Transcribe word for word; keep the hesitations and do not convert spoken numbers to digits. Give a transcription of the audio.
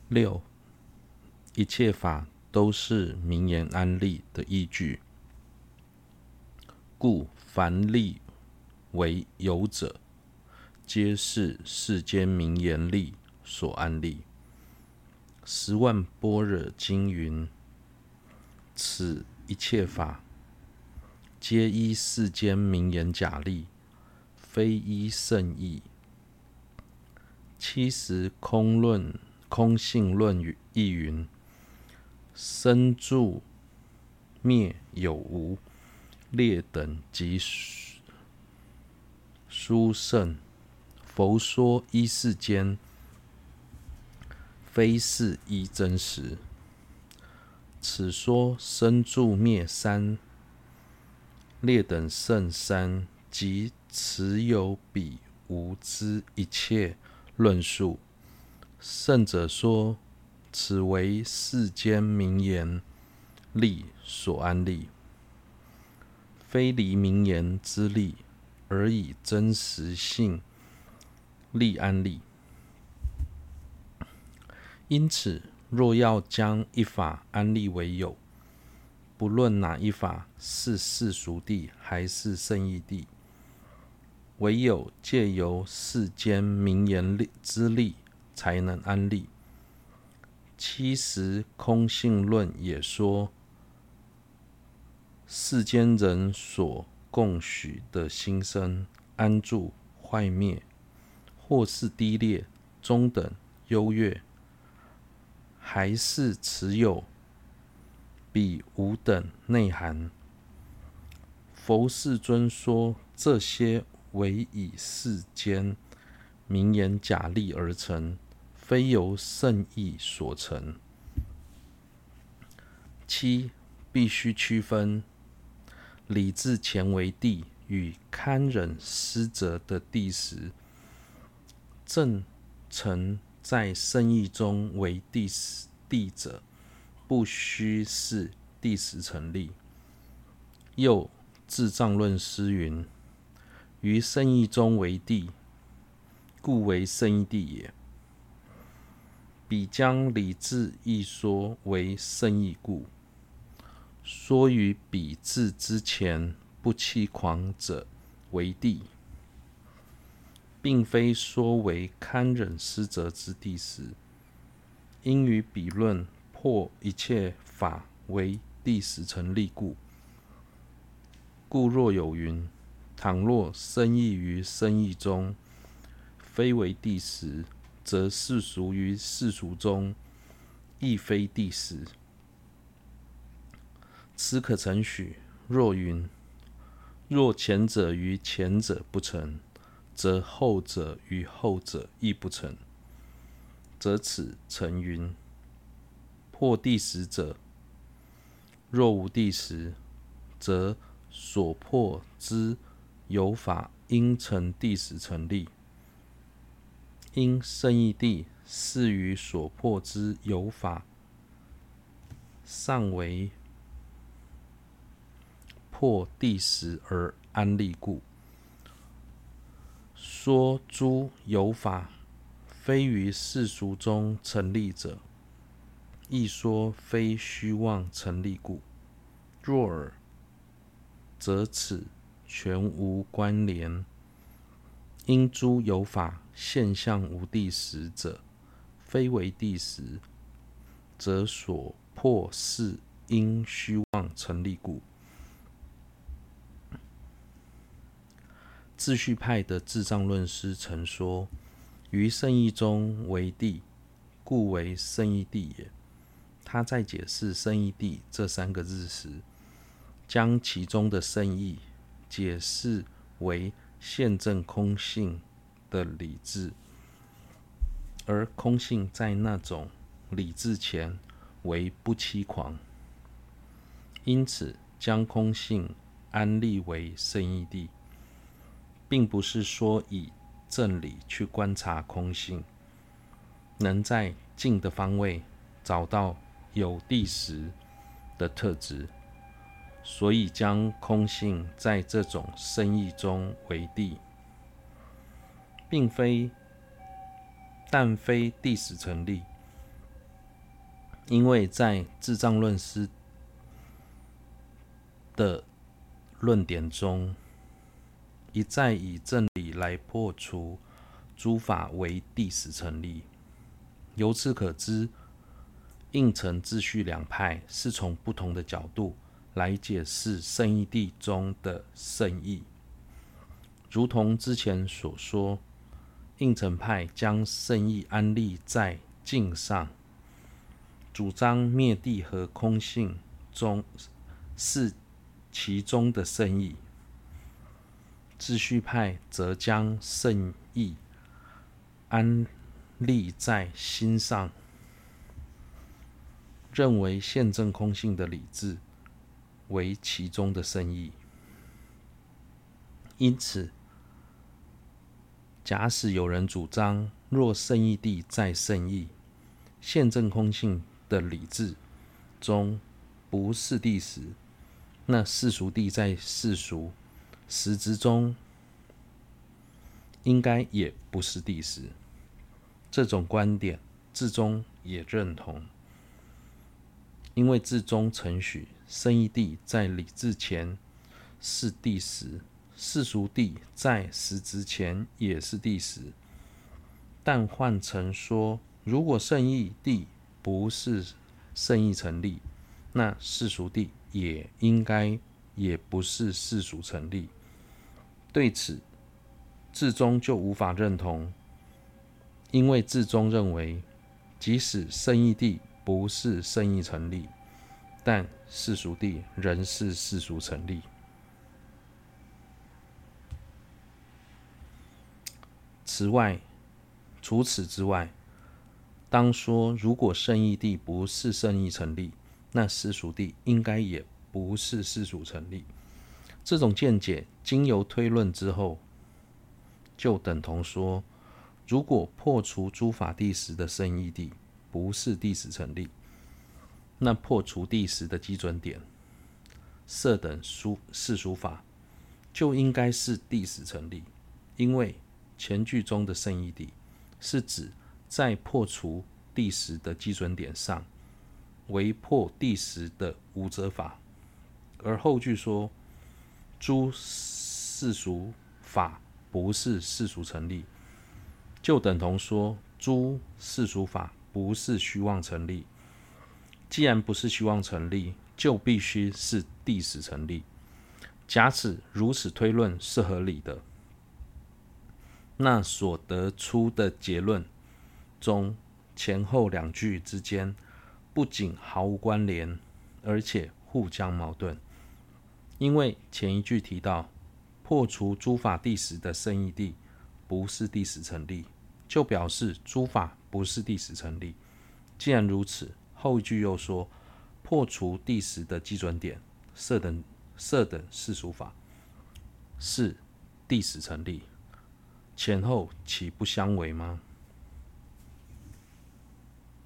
六，一切法都是名言安立的依据，故凡立为有者，皆是世间名言力所安立。十万般若经云：此一切法，皆依世间名言假立，非依圣义。七十空论空性论亦云：生住灭有无，劣等及殊胜。佛说依世间，非是依真实。此说生住灭三，劣等胜三，即此有彼无之一切论述。圣者说，此为世间名言力所安立，非离名言之力，而以真实性力安立。因此，若要将一法安立为有，不论哪一法是世俗谛还是圣义谛，唯有借由世间名言之力才能安立。七十空性论也说，世间人所共许的心生、安住、坏灭，或是低劣、中等、优越，还是持有彼无等内涵。佛世尊说，这些唯以世间名言假立而成，非由圣义所成。七，必须区分理智前为谛与堪忍施责的谛实。正诚在圣义中为谛者，不须是谛实成立。又智障论师云：于圣义中为谛，故为圣义谛也。彼将理智一说为圣义故，说于彼智之前不欺诳者为谛，并非说为堪忍施责之谛实。因于彼论破一切法为谛实成立故。故若有云：倘若生义于生义中，非为谛实，则世俗于世俗中，亦非谛实。此可承许。若云：若前者于前者不成，则后者于后者亦不成，则此成云：破谛实者，若无谛实，则所破之有法应成谛实成立。因圣义谛是于所破之有法尚为破谛实而安立故。说诸有法非于世俗中成立者，亦说非虚妄成立故。若尔，则此全无关联。因诸有法现象无谛实者，非为谛实，则所破是因虚妄成立故。秩序派的智障论师曾说：于圣义中为谛，故为圣义谛也。他在解释圣义谛这三个字时，将其中的圣义解释为现证空性的理智，而空性在那种理智前为不欺诳，因此将空性安立为圣义谛，并不是说以正理去观察空性，能在静的方位找到有谛实的特质，所以将空性在这种圣义中为谛，并非但非谛实成立， 因为在智障论师的论点中，一再以正理来破除诸法为第十成立。由此可知，应成秩序两派是从不同的角度来解释圣义谛中的圣义。如同之前所说，应成派将圣义安立在境上，主张灭谛和空性中是其中的圣义；秩序派则将圣义安立在心上，认为现证空性的理智为其中的圣义。因此，假使有人主张，若圣义谛在圣义，现证空性的理智中不是谛时，那世俗谛在世俗实质中应该也不是谛时。这种观点，智宗也认同，因为智宗承许圣义谛在理智前是谛时，世俗谛在实质前也是谛时。但换成说，如果圣义谛不是圣义成立，那世俗谛也应该也不是世俗成立。对此，智宗就无法认同，因为智宗认为，即使圣义谛不是圣义成立，但世俗谛仍是世俗成立。此外，除此之外，当说如果圣义谛不是圣义成立，那世俗谛应该也不是世俗成立。这种见解经由推论之后，就等同说，如果破除诸法谛实的圣义谛不是谛实成立，那破除谛实的基准点色等世俗法就应该是谛实成立，因为前句中的圣义谛是指在破除谛实的基准点上为破谛实的无遮法，而后句说诸世俗法不是世俗成立，就等同说诸世俗法不是虚妄成立。既然不是虚妄成立，就必须是谛实成立。假使如此推论是合理的，那所得出的结论中前后两句之间不仅毫无关联，而且互相矛盾。因为前一句提到破除诸法谛实的圣义谛不是谛实成立，就表示诸法不是谛实成立。既然如此，后一句又说破除谛实的基准点色等色等世俗法是谛实成立，前后岂不相违吗？